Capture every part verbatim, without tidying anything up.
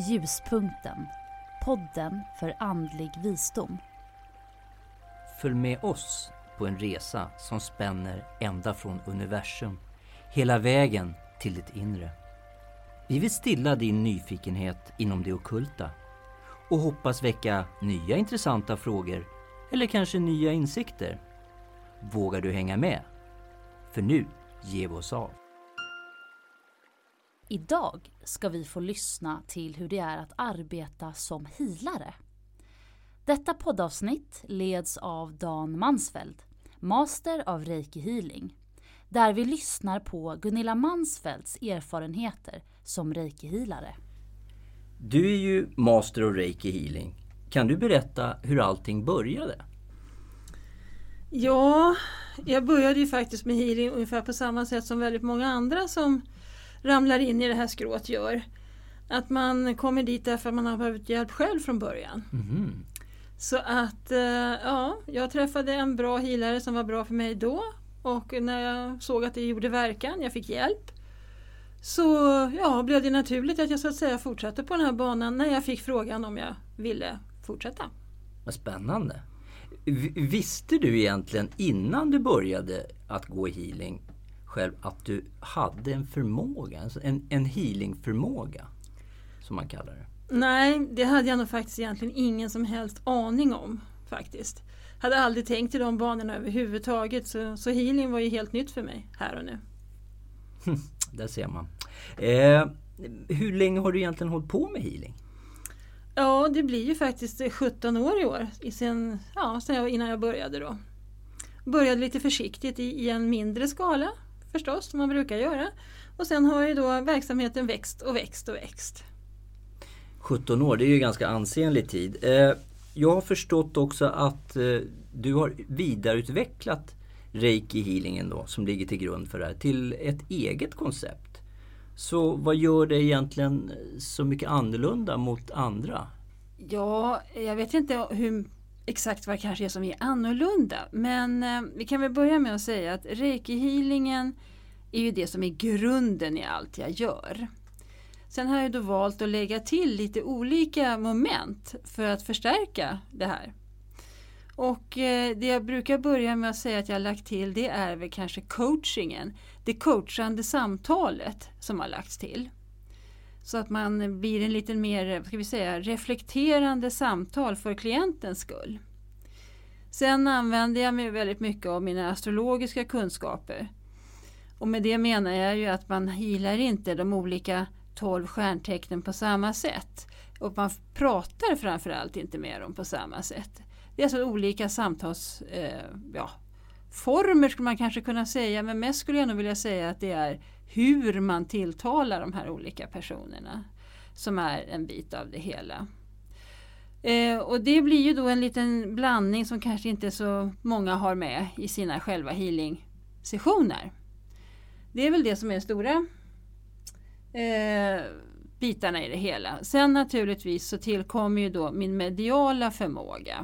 Ljuspunkten, podden för andlig visdom. Följ med oss på en resa som spänner ända från universum, hela vägen till ditt inre. Vi vill stilla din nyfikenhet inom det ockulta och hoppas väcka nya intressanta frågor eller kanske nya insikter. Vågar du hänga med? För nu ger vi oss av. Idag ska vi få lyssna till hur det är att arbeta som healare. Detta poddavsnitt leds av Dan Mansfeld, master av Reiki Healing, där vi lyssnar på Gunilla Mansfelds erfarenheter som Reiki Healare. Du är ju master av Reiki Healing. Kan du berätta hur allting började? Ja, jag började ju faktiskt med healing ungefär på samma sätt som väldigt många andra som ramlar in i det här skrået gör. Att man kommer dit därför att man har behövt hjälp själv från början. Mm. Så att ja, jag träffade en bra healare som var bra för mig då. Och när jag såg att det gjorde verkan, jag fick hjälp. Så ja, blev det naturligt att jag så att säga fortsatte på den här banan när jag fick frågan om jag ville fortsätta. Vad spännande. V- visste du egentligen innan du började att gå i healing själv att du hade en förmåga, en, en healingförmåga som man kallar det? Nej, det hade jag nog faktiskt egentligen ingen som helst aning om faktiskt. Hade aldrig tänkt i de banorna överhuvudtaget, så, så healing var ju helt nytt för mig här och nu. Där ser man. Eh, hur länge har du egentligen hållit på med healing? Ja, det blir ju faktiskt sjutton år i år, i sen, ja, sen jag, innan jag började då. Började lite försiktigt i, i en mindre skala förstås, som man brukar göra. Och sen har ju då verksamheten växt och växt och växt. sjutton år, det är ju ganska ansenlig tid. Eh, jag har förstått också att eh, du har vidareutvecklat Reiki Healingen då, som ligger till grund för det här, till ett eget koncept. Så vad gör det egentligen så mycket annorlunda mot andra? Ja, jag vet inte hur exakt vad det kanske är som är annorlunda. Men eh, vi kan väl börja med att säga att Reiki-healingen är ju det som är grunden i allt jag gör. Sen har jag då valt att lägga till lite olika moment för att förstärka det här. Och eh, det jag brukar börja med att säga att jag har lagt till, det är väl kanske coachingen. Det coachande samtalet som har lagts till. Så att man blir en lite mer, ska vi säga, reflekterande samtal för klientens skull. Sen använder jag mig väldigt mycket av mina astrologiska kunskaper. Och med det menar jag ju att man healar inte de olika tolv stjärntecknen på samma sätt. Och man pratar framförallt inte med dem på samma sätt. Det är alltså olika samtalsformer eh, ja, former skulle man kanske kunna säga. Men mest skulle jag nog vilja säga att det är hur man tilltalar de här olika personerna som är en bit av det hela. Eh, och det blir ju då en liten blandning som kanske inte så många har med i sina själva healing-sessioner. Det är väl det som är stora eh, bitarna i det hela. Sen naturligtvis så tillkommer ju då min mediala förmåga.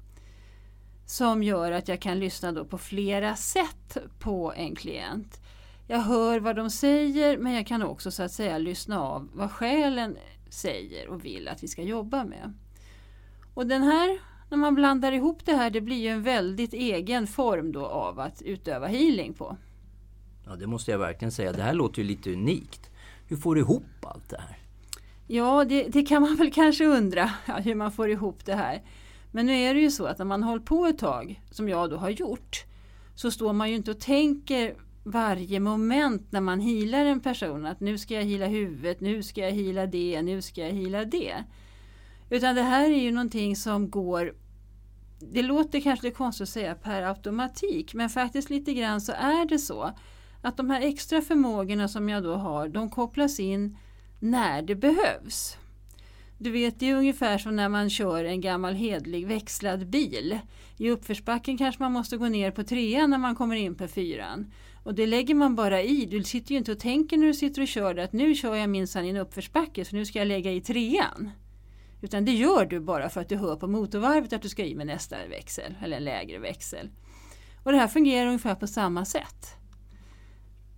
Som gör att jag kan lyssna då på flera sätt på en klient. Jag hör vad de säger, men jag kan också så att säga lyssna av vad själen säger och vill att vi ska jobba med. Och den här, när man blandar ihop det här, det blir ju en väldigt egen form då av att utöva healing på. Ja, det måste jag verkligen säga. Det här låter ju lite unikt. Hur får du ihop allt det här? Ja, det, det kan man väl kanske undra ja, hur man får ihop det här. Men nu är det ju så att när man håller på ett tag, som jag då har gjort, så står man ju inte och tänker varje moment när man healar en person. Att nu ska jag heala huvudet, nu ska jag heala det, nu ska jag heala det. Utan det här är ju någonting som går, det låter kanske konstigt att säga per automatik, men faktiskt lite grann så är det så. Att de här extra förmågorna som jag då har, de kopplas in när det behövs. Du vet, det är ungefär som när man kör en gammal hedlig växlad bil. I uppförsbacken kanske man måste gå ner på trean när man kommer in på fyran. Och det lägger man bara i. Du sitter ju inte och tänker när du sitter och kör det att nu kör jag minsann i en uppförsbacke så nu ska jag lägga i trean. Utan det gör du bara för att du hör på motorvarvet att du ska i med nästa växel eller en lägre växel. Och det här fungerar ungefär på samma sätt.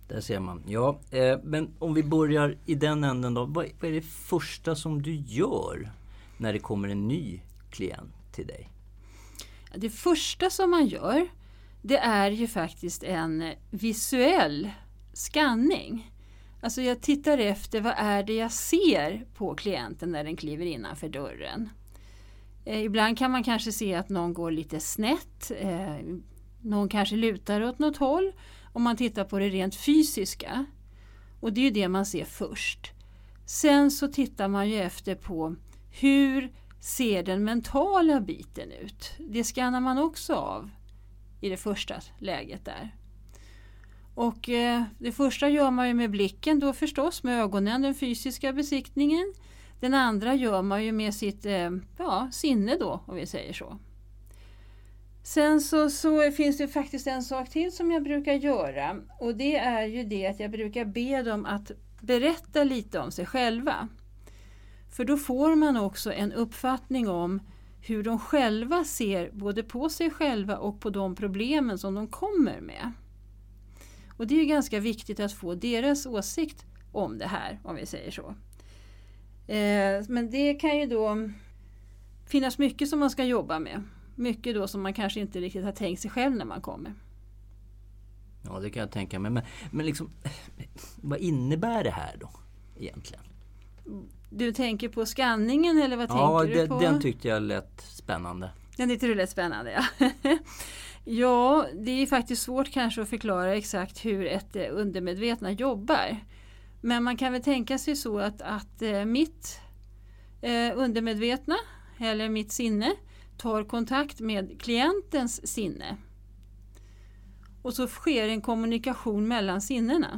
Där ser man. Ja, eh, men om vi börjar i den änden då. Vad, vad är det första som du gör när det kommer en ny klient till dig? Det första som man gör, det är ju faktiskt en visuell skanning. Alltså jag tittar efter vad är det jag ser på klienten när den kliver innanför dörren. Eh, ibland kan man kanske se att någon går lite snett. Eh, någon kanske lutar åt något håll. Om man tittar på det rent fysiska. Och det är ju det man ser först. Sen så tittar man ju efter på hur ser den mentala biten ut. Det skannar man också av i det första läget där. Och eh, det första gör man ju med blicken då förstås, med ögonen, den fysiska besiktningen. Den andra gör man ju med sitt eh, ja, sinne då, om vi säger så. Sen så, så finns det faktiskt en sak till som jag brukar göra. Och det är ju det att jag brukar be dem att berätta lite om sig själva. För då får man också en uppfattning om hur de själva ser både på sig själva och på de problemen som de kommer med. Och det är ju ganska viktigt att få deras åsikt om det här, om vi säger så. Eh, men det kan ju då finnas mycket som man ska jobba med. Mycket då som man kanske inte riktigt har tänkt sig själv när man kommer. Ja, det kan jag tänka mig. Men, men liksom, vad innebär det här då egentligen? Du tänker på skanningen eller vad ja, tänker det, du på? Ja, den tyckte jag lät spännande. Den tyckte du lät spännande, ja. Ja, det är faktiskt svårt kanske att förklara exakt hur ett undermedvetna jobbar. Men man kan väl tänka sig så att, att mitt eh, undermedvetna eller mitt sinne tar kontakt med klientens sinne. Och så sker en kommunikation mellan sinnena.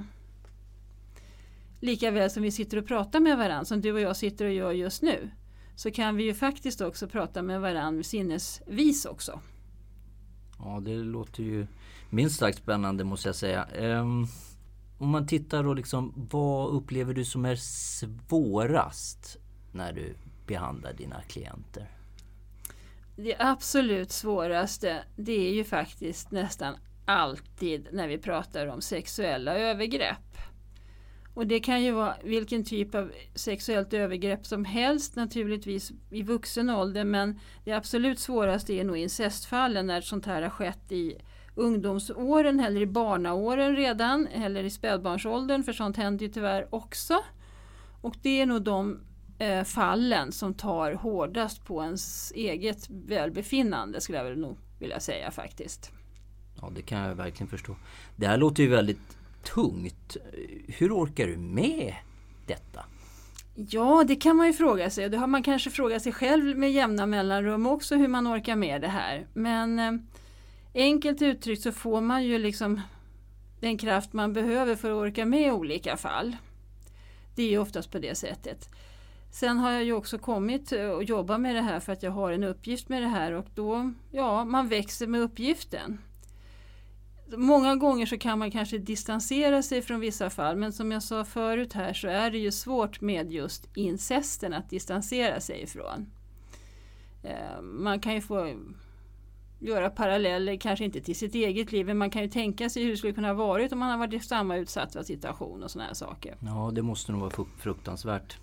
Lika väl som vi sitter och pratar med varandra, som du och jag sitter och gör just nu, så kan vi ju faktiskt också prata med varandra sinnesvis också. Ja, det låter ju minst sagt spännande, måste jag säga. Um, om man tittar då liksom, vad upplever du som är svårast när du behandlar dina klienter? Det absolut svåraste, det är ju faktiskt nästan alltid när vi pratar om sexuella övergrepp. Och det kan ju vara vilken typ av sexuellt övergrepp som helst, naturligtvis i vuxen ålder, men det absolut svåraste är nog incestfallen, när sånt här har skett i ungdomsåren eller i barnaåren redan, eller i spädbarnsåldern, för sånt händer ju tyvärr också. Och det är nog de eh, fallen som tar hårdast på ens eget välbefinnande, skulle jag väl nog vilja säga faktiskt. Ja, det kan jag verkligen förstå. Det här låter ju väldigt tungt. Hur orkar du med detta? Ja, det kan man ju fråga sig. Det har man kanske frågat sig själv med jämna mellanrum också, hur man orkar med det här. Men eh, enkelt uttryckt så får man ju liksom den kraft man behöver för att orka med olika fall. Det är ju oftast på det sättet. Sen har jag ju också kommit och jobbat med det här för att jag har en uppgift med det här, och då, ja, man växer med uppgiften. Många gånger så kan man kanske distansera sig från vissa fall, men som jag sa förut här så är det ju svårt med just incesten att distansera sig ifrån. Man kan ju få göra paralleller, kanske inte till sitt eget liv, men man kan ju tänka sig hur det skulle kunna ha varit om man har varit i samma utsatta situation och såna här saker. Ja, det måste nog vara fruktansvärt.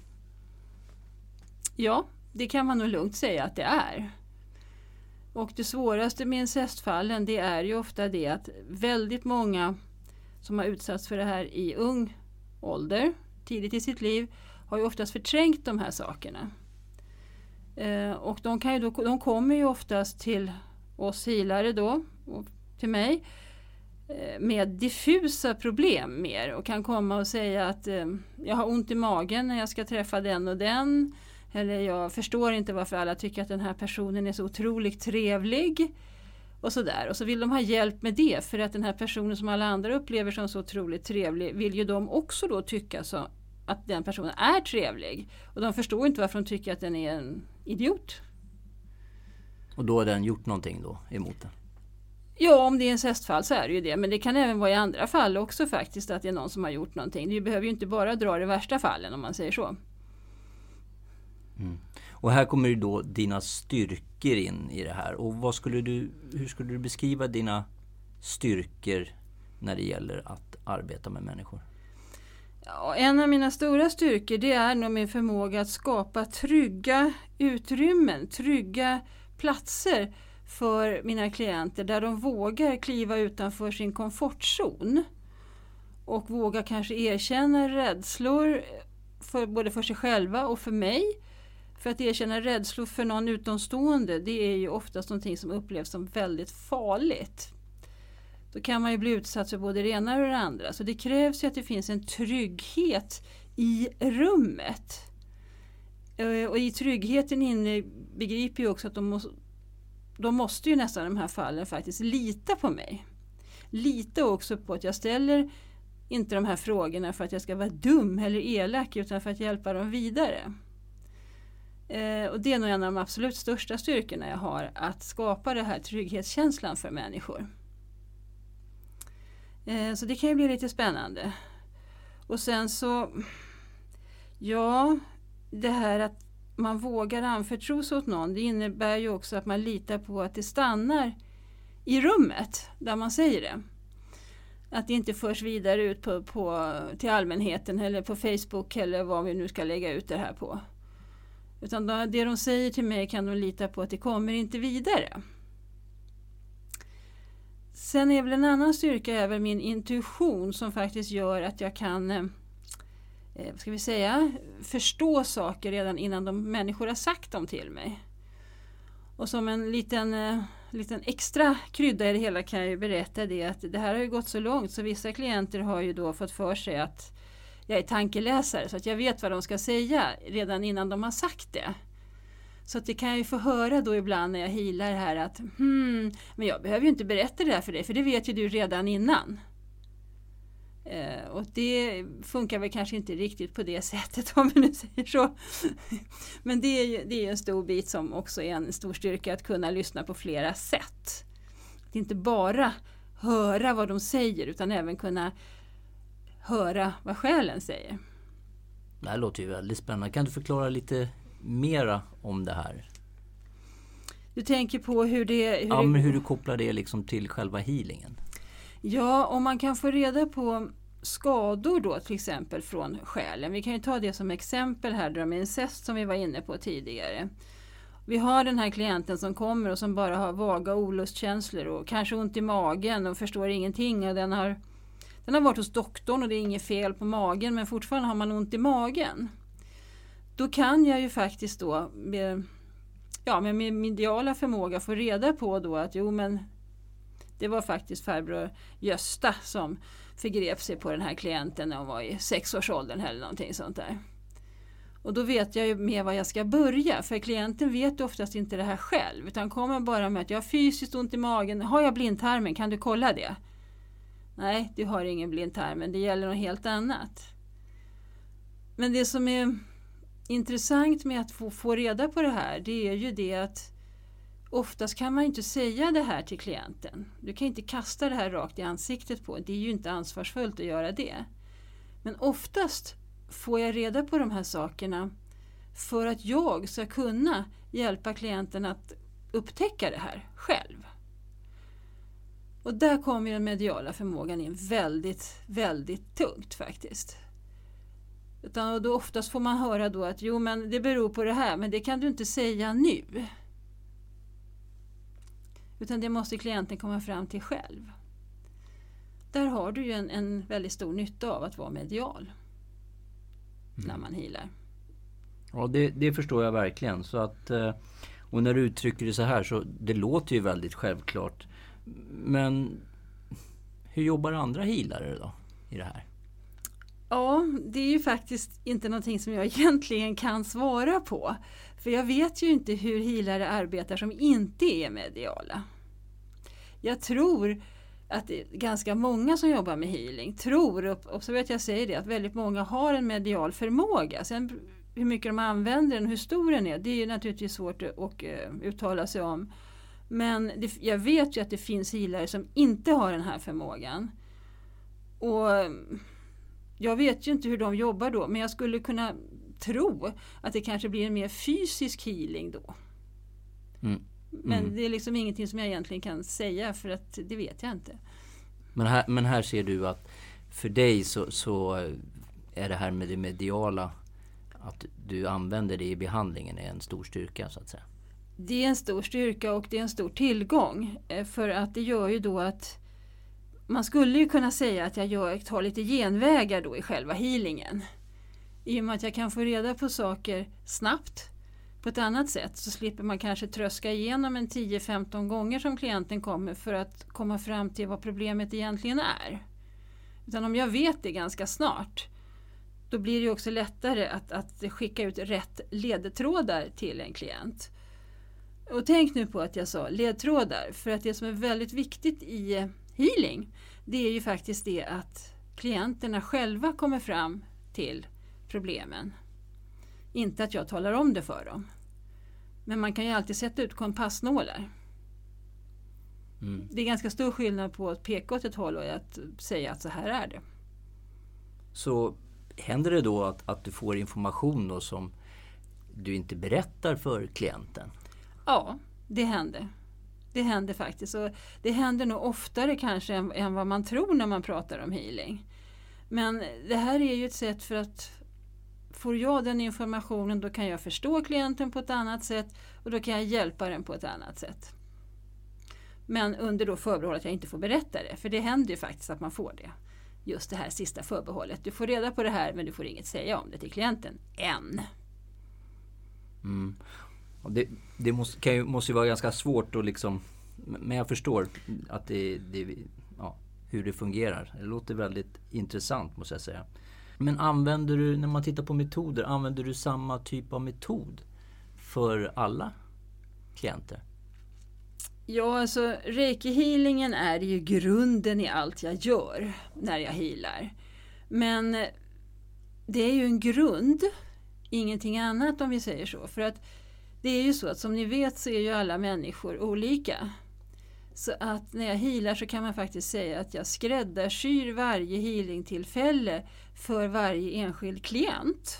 Ja, det kan man nog lugnt säga att det är. Och det svåraste med incestfallen, det är ju ofta det att väldigt många som har utsatts för det här i ung ålder, tidigt i sitt liv, har ju oftast förträngt de här sakerna. Eh, och de, kan ju då, de kommer ju oftast till oss healare då, och till mig, eh, med diffusa problem mer, och kan komma och säga att eh, jag har ont i magen när jag ska träffa den och den. Eller jag förstår inte varför alla tycker att den här personen är så otroligt trevlig. Och så där. Och så vill de ha hjälp med det. För att den här personen som alla andra upplever som så otroligt trevlig, vill ju de också då tycka så att den personen är trevlig. Och de förstår inte varför de tycker att den är en idiot. Och då har den gjort någonting då emot den? Ja, om det är incestfall så är det ju det. Men det kan även vara i andra fall också faktiskt, att det är någon som har gjort någonting. Det behöver ju inte bara dra de värsta fallen, om man säger så. Mm. Och här kommer ju då dina styrkor in i det här. Och vad skulle du, hur skulle du beskriva dina styrkor när det gäller att arbeta med människor? Ja, en av mina stora styrkor det är nog min förmåga att skapa trygga utrymmen, trygga platser för mina klienter där de vågar kliva utanför sin komfortzon och vågar kanske erkänna rädslor för, både för sig själva och för mig. För att erkänna rädslor för någon utomstående, det är ju oftast någonting som upplevs som väldigt farligt. Då kan man ju bli utsatt för både det ena och det andra. Så det krävs ju att det finns en trygghet i rummet. Och i tryggheten inne begriper ju också att de måste, de måste ju nästan i de här fallen faktiskt lita på mig. Lita också på att jag ställer inte de här frågorna för att jag ska vara dum eller elak utan för att hjälpa dem vidare. Eh, och det är nog en av de absolut största styrkorna jag har, att skapa den här trygghetskänslan för människor. Eh, så det kan ju bli lite spännande. Och sen så, ja, det här att man vågar anförtro sig åt någon, det innebär ju också att man litar på att det stannar i rummet där man säger det. Att det inte förs vidare ut på, på, till allmänheten eller på Facebook eller vad vi nu ska lägga ut det här på. Utan då, det de säger till mig kan de lita på att det kommer inte vidare. Sen är väl en annan styrka är väl min intuition som faktiskt gör att jag kan eh, vad ska vi säga, förstå saker redan innan de människor har sagt dem till mig. Och som en liten, eh, liten extra krydda i det hela kan jag ju berätta det att det här har ju gått så långt så vissa klienter har ju då fått för sig att jag är tankeläsare så att jag vet vad de ska säga redan innan de har sagt det. Så att det kan jag ju få höra då ibland när jag healar här att hmm, men jag behöver ju inte berätta det här för dig för det vet ju du redan innan. Eh, och det funkar väl kanske inte riktigt på det sättet om vi nu säger så. Men det är ju det är en stor bit som också är en stor styrka att kunna lyssna på flera sätt. Att inte bara höra vad de säger utan även kunna höra vad själen säger. Det här låter ju väldigt spännande. Kan du förklara lite mera om det här? Du tänker på hur det... Hur ja, det... men hur du kopplar det liksom till själva healingen. Ja, om man kan få reda på skador då till exempel från själen. Vi kan ju ta det som exempel här med incest som vi var inne på tidigare. Vi har den här klienten som kommer och som bara har vaga olustkänslor och kanske ont i magen och förstår ingenting. Och den har, den har varit hos doktorn och det är inget fel på magen men fortfarande har man ont i magen. Då kan jag ju faktiskt då med, ja, med min mediala förmåga få reda på då att jo men det var faktiskt farbror Gösta som förgrep sig på den här klienten när hon var i sexårsåldern eller någonting sånt där. Och då vet jag ju med vad jag ska börja för klienten vet oftast inte det här själv utan kommer bara med att jag har fysiskt ont i magen. Har jag blindtarmen? Kan du kolla det? Nej, du har ingen blindtarmen. Det gäller något helt annat. Men det som är intressant med att få, få reda på det här det är ju det att oftast kan man inte säga det här till klienten. Du kan inte kasta det här rakt i ansiktet på. Det är ju inte ansvarsfullt att göra det. Men oftast får jag reda på de här sakerna för att jag ska kunna hjälpa klienten att upptäcka det här själv. Och där kommer den mediala förmågan in väldigt, väldigt tungt faktiskt. Utan då oftast får man höra då att jo men det beror på det här men det kan du inte säga nu. Utan det måste klienten komma fram till själv. Där har du ju en, en väldigt stor nytta av att vara medial. Mm. När man healar. Ja, det, det förstår jag verkligen. Så att, och när du uttrycker det så här så det låter ju väldigt självklart. Men hur jobbar andra healare då i det här? Ja, det är ju faktiskt inte någonting som jag egentligen kan svara på. För jag vet ju inte hur healare arbetar som inte är mediala. Jag tror att det är ganska många som jobbar med healing tror, och så vet jag säga det, att väldigt många har en medial förmåga. Sen hur mycket de använder den, hur stor den är, det är ju naturligtvis svårt att och, uh, uttala sig om. Men det, jag vet ju att det finns healare som inte har den här förmågan. Och jag vet ju inte hur de jobbar då, men jag skulle kunna tro att det kanske blir en mer fysisk healing då. Mm. Mm. Men det är liksom ingenting som jag egentligen kan säga för att det vet jag inte. Men här, men här ser du att för dig så, så är det här med det mediala, att du använder det i behandlingen, är en stor styrka så att säga. Det är en stor styrka och det är en stor tillgång, för att det gör ju då att man skulle ju kunna säga att jag gör, tar lite genvägar då i själva healingen. I och med att jag kan få reda på saker snabbt på ett annat sätt, så slipper man kanske tröska igenom en tio femton gånger som klienten kommer för att komma fram till vad problemet egentligen är. Utan om jag vet det ganska snart, då blir det också lättare att, att skicka ut rätt ledtrådar till en klient. Och tänk nu på att jag sa ledtrådar, för att det som är väldigt viktigt i healing, det är ju faktiskt det att klienterna själva kommer fram till problemen. Inte att jag talar om det för dem. Men man kan ju alltid sätta ut kompassnålar. Mm. Det är ganska stor skillnad på att peka åt ett håll och att säga att så här är det. Så händer det då att, att du får information då som du inte berättar för klienten? Ja, det händer. Det händer faktiskt. Och det händer nog oftare kanske än, än vad man tror när man pratar om healing. Men det här är ju ett sätt för att får jag den informationen, då kan jag förstå klienten på ett annat sätt och då kan jag hjälpa den på ett annat sätt. Men under då förbehåll att jag inte får berätta det. För det händer ju faktiskt att man får det. Just det här sista förbehållet. Du får reda på det här, men du får inget säga om det till klienten. Än. Mm. Det, det måste, kan ju, måste ju vara ganska svårt att liksom, men jag förstår att det, det, ja, hur det fungerar. Det låter väldigt intressant, måste jag säga. Men använder du, när man tittar på metoder, använder du samma typ av metod för alla klienter? Ja, alltså reiki-healingen är ju grunden i allt jag gör när jag healar. Men det är ju en grund, ingenting annat om vi säger så. För att det är ju så att som ni vet så är ju alla människor olika. Så att när jag healar så kan man faktiskt säga att jag skräddarsyr varje healingtillfälle för varje enskild klient.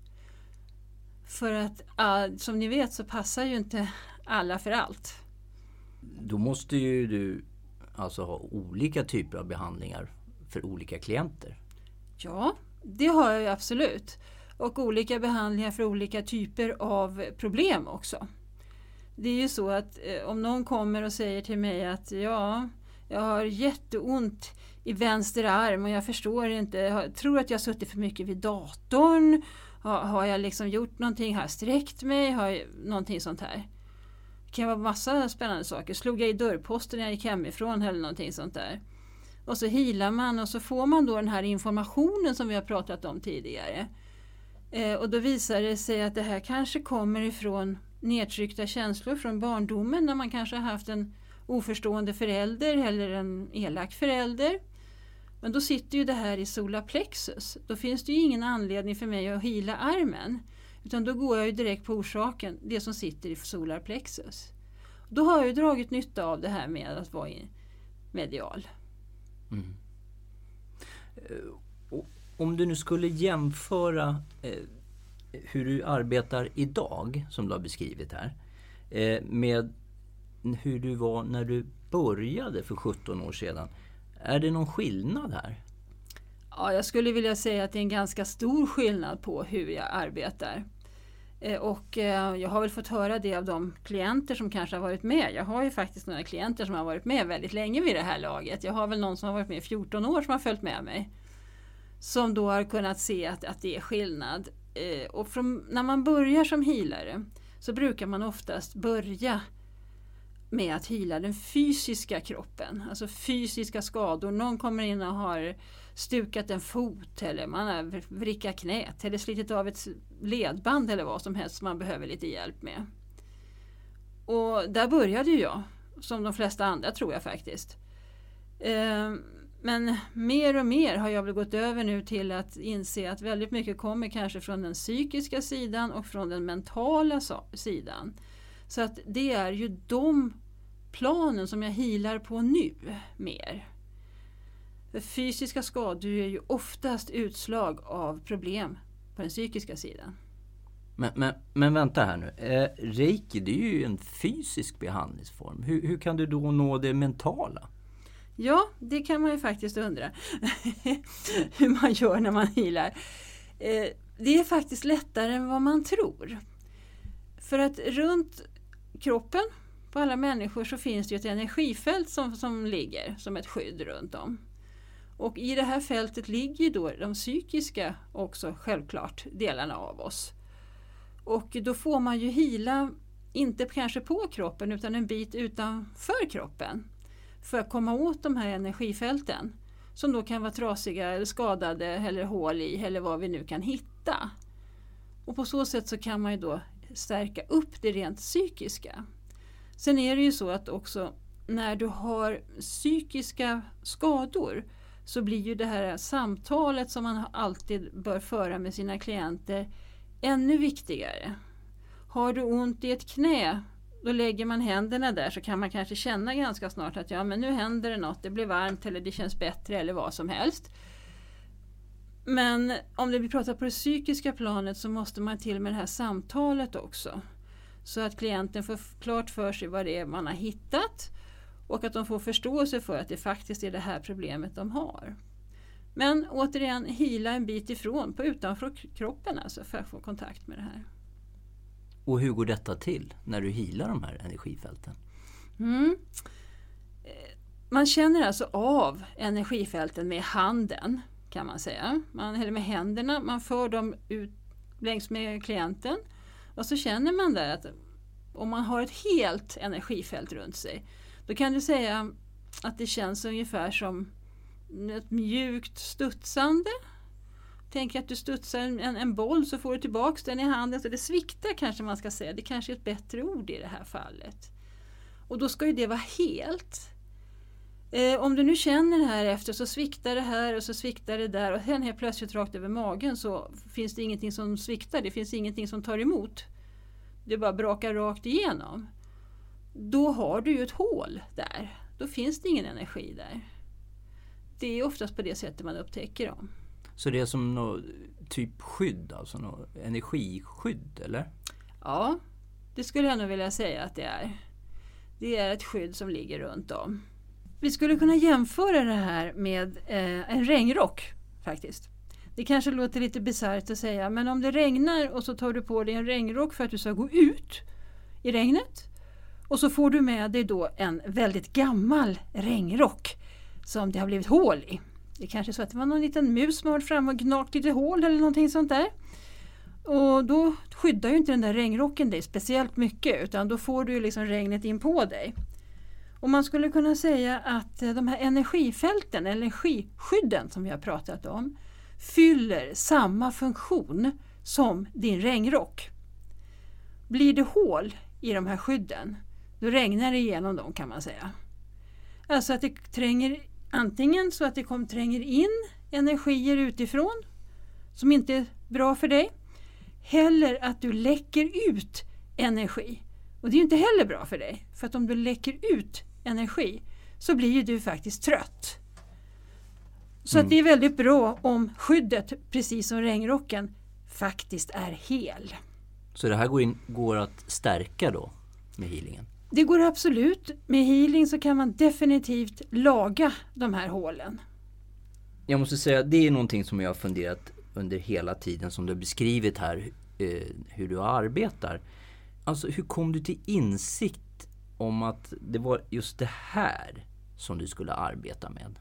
För att som ni vet så passar ju inte alla för allt. Då måste ju du alltså ha olika typer av behandlingar för olika klienter. Ja, det har jag ju absolut. Och olika behandlingar för olika typer av problem också. Det är ju så att eh, om någon kommer och säger till mig att ja, jag har jätteont i vänster arm och jag förstår inte, jag tror att jag har suttit för mycket vid datorn, har, har jag liksom gjort någonting, har jag sträckt mig, har jag någonting sånt här. Det kan vara massa spännande saker. Slog jag i dörrposten när jag gick hemifrån eller någonting sånt där. Och så healar man och så får man då den här informationen som vi har pratat om tidigare. Eh, och då visar det sig att det här kanske kommer ifrån nedtryckta känslor från barndomen, när man kanske har haft en oförstående förälder eller en elak förälder. Men då sitter ju det här i solar plexus. Då finns det ju ingen anledning för mig att heala armen. Utan då går jag ju direkt på orsaken, det som sitter i solar plexus. Då har jag ju dragit nytta av det här med att vara medial. Mm. Om du nu skulle jämföra eh, hur du arbetar idag, som du har beskrivit här, eh, med hur du var när du började för sjutton år sedan. Är det någon skillnad här? Ja, jag skulle vilja säga att det är en ganska stor skillnad på hur jag arbetar. Eh, och eh, jag har väl fått höra det av de klienter som kanske har varit med. Jag har ju faktiskt några klienter som har varit med väldigt länge vid det här laget. Jag har väl någon som har varit med i fjorton år som har följt med mig. Som då har kunnat se att, att det är skillnad. Eh, och från, när man börjar som healare så brukar man oftast börja med att heala den fysiska kroppen. Alltså fysiska skador. Någon kommer in och har stukat en fot eller man har vrickat knät eller slitit av ett ledband eller vad som helst som man behöver lite hjälp med. Och där började ju jag, som de flesta andra tror jag faktiskt. Eh, men mer och mer har jag väl gått över nu till att inse att väldigt mycket kommer kanske från den psykiska sidan och från den mentala sidan. Så att det är ju de planen som jag healar på nu mer. För fysiska skador är ju oftast utslag av problem på den psykiska sidan. Men, men, men vänta här nu. Eh, Reiki, det är ju en fysisk behandlingsform. Hur, hur kan du då nå det mentala? Ja, det kan man ju faktiskt undra hur man gör när man healar. Eh, det är faktiskt lättare än vad man tror. För att runt kroppen på alla människor så finns det ju ett energifält som, som ligger som ett skydd runt om. Och i det här fältet ligger då de psykiska också självklart delarna av oss. Och då får man ju heala inte kanske på kroppen utan en bit utanför kroppen. För att komma åt de här energifälten som då kan vara trasiga eller skadade eller hål i eller vad vi nu kan hitta. Och på så sätt så kan man ju då stärka upp det rent psykiska. Sen är det ju så att också när du har psykiska skador så blir ju det här samtalet som man alltid bör föra med sina klienter ännu viktigare. Har du ont i ett knä, då lägger man händerna där så kan man kanske känna ganska snart att ja, men nu händer det något, det blir varmt eller det känns bättre eller vad som helst. Men om det vi pratar på det psykiska planet så måste man till med det här samtalet också. Så att klienten får klart för sig vad det är man har hittat och att de får förståelse för att det faktiskt är det här problemet de har. Men återigen, heala en bit ifrån, på utanför kroppen alltså, för att få kontakt med det här. Och hur går detta till när du healar de här energifälten? Mm. Man känner alltså av energifälten med handen kan man säga. Man, eller med händerna, man för dem ut längs med klienten. Och så känner man där att om man har ett helt energifält runt sig, då kan du säga att det känns ungefär som ett mjukt studsande. Tänk att du studsar en, en boll så får du tillbaka den i handen. Så det sviktar kanske man ska säga. Det kanske är ett bättre ord i det här fallet. Och då ska ju det vara helt. Eh, om du nu känner det här efter så sviktar det här och så sviktar det där. Och sen helt plötsligt rakt över magen så finns det ingenting som sviktar. Det finns ingenting som tar emot. Det bara brakar rakt igenom. Då har du ju ett hål där. Då finns det ingen energi där. Det är oftast på det sättet man upptäcker dem. Så det är som något typ skydd, alltså något energiskydd, eller? Ja, det skulle jag nog vilja säga att det är. Det är ett skydd som ligger runt om. Vi skulle kunna jämföra det här med eh, en regnrock faktiskt. Det kanske låter lite bisarrt att säga, men om det regnar och så tar du på dig en regnrock för att du ska gå ut i regnet. Och så får du med dig då en väldigt gammal regnrock som det har blivit hål i. Det är kanske så att det var någon liten mus som har varit fram och gnagt lite hål eller någonting sånt där. Och då skyddar ju inte den där regnrocken dig speciellt mycket, utan då får du ju liksom regnet in på dig. Och man skulle kunna säga att de här energifälten, energiskydden som vi har pratat om, fyller samma funktion som din regnrock. Blir det hål i de här skydden, då regnar det igenom dem kan man säga. Alltså att det tränger antingen så att det kom, tränger in energier utifrån som inte är bra för dig. Eller att du läcker ut energi. Och det är ju inte heller bra för dig. För att om du läcker ut energi så blir ju du faktiskt trött. Så mm. att det är väldigt bra om skyddet, precis som regnrocken, faktiskt är hel. Så det här går, in, går att stärka då med healingen? Det går absolut. Med healing så kan man definitivt laga de här hålen. Jag måste säga, det är någonting som jag har funderat under hela tiden som du har beskrivit här, eh, hur du arbetar. Alltså hur kom du till insikt om att det var just det här som du skulle arbeta med?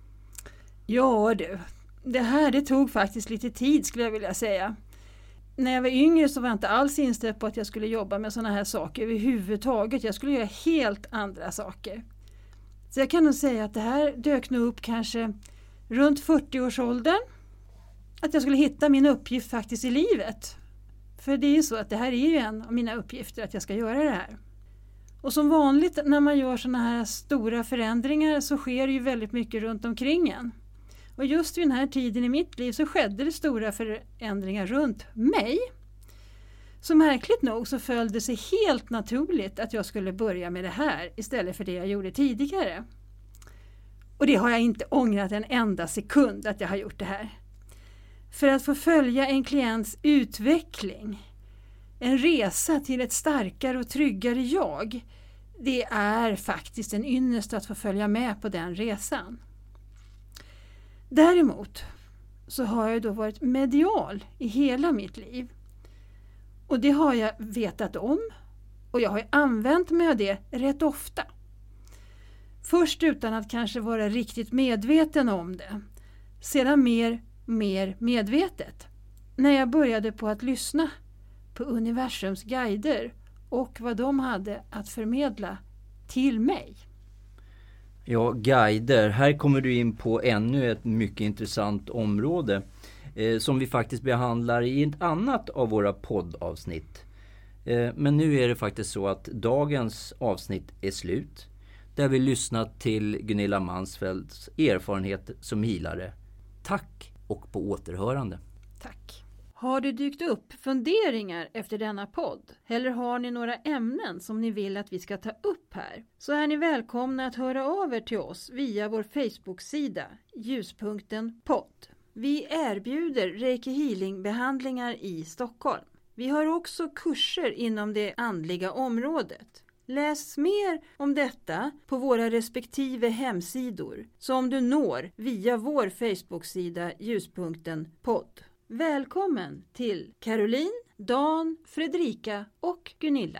Ja du, det här det tog faktiskt lite tid skulle jag vilja säga. När jag var yngre så var jag inte alls inställd på att jag skulle jobba med sådana här saker överhuvudtaget. Jag skulle göra helt andra saker. Så jag kan nog säga att det här dök nog upp kanske runt fyrtio-årsåldern. Att jag skulle hitta min uppgift faktiskt i livet. För det är ju så att det här är ju en av mina uppgifter, att jag ska göra det här. Och som vanligt när man gör sådana här stora förändringar så sker det ju väldigt mycket runt omkring en. Och just vid den här tiden i mitt liv så skedde det stora förändringar runt mig. Så märkligt nog så föll det sig helt naturligt att jag skulle börja med det här istället för det jag gjorde tidigare. Och det har jag inte ångrat en enda sekund att jag har gjort det här. För att få följa en klients utveckling, en resa till ett starkare och tryggare jag, det är faktiskt en ynnest att få följa med på den resan. Däremot så har jag då varit medial i hela mitt liv. Och det har jag vetat om och jag har använt mig av det rätt ofta. Först utan att kanske vara riktigt medveten om det. Sedan mer, mer medvetet. När jag började på att lyssna på universums guider och vad de hade att förmedla till mig. Ja, guider. Här kommer du in på ännu ett mycket intressant område eh, som vi faktiskt behandlar i ett annat av våra poddavsnitt. Eh, men nu är det faktiskt så att dagens avsnitt är slut. Där vi lyssnat till Gunilla Mansfelds erfarenhet som healare. Tack och på återhörande. Tack. Har det dykt upp funderingar efter denna podd? Eller har ni några ämnen som ni vill att vi ska ta upp här? Så är ni välkomna att höra av er till oss via vår Facebook-sida Ljuspunkten podd. Vi erbjuder Reiki Healing-behandlingar i Stockholm. Vi har också kurser inom det andliga området. Läs mer om detta på våra respektive hemsidor som du når via vår Facebook-sida Ljuspunkten podd. Välkommen till Caroline, Dan, Fredrika och Gunilla.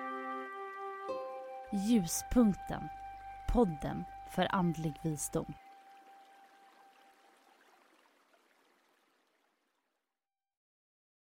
Ljuspunkten, podden för andlig visdom.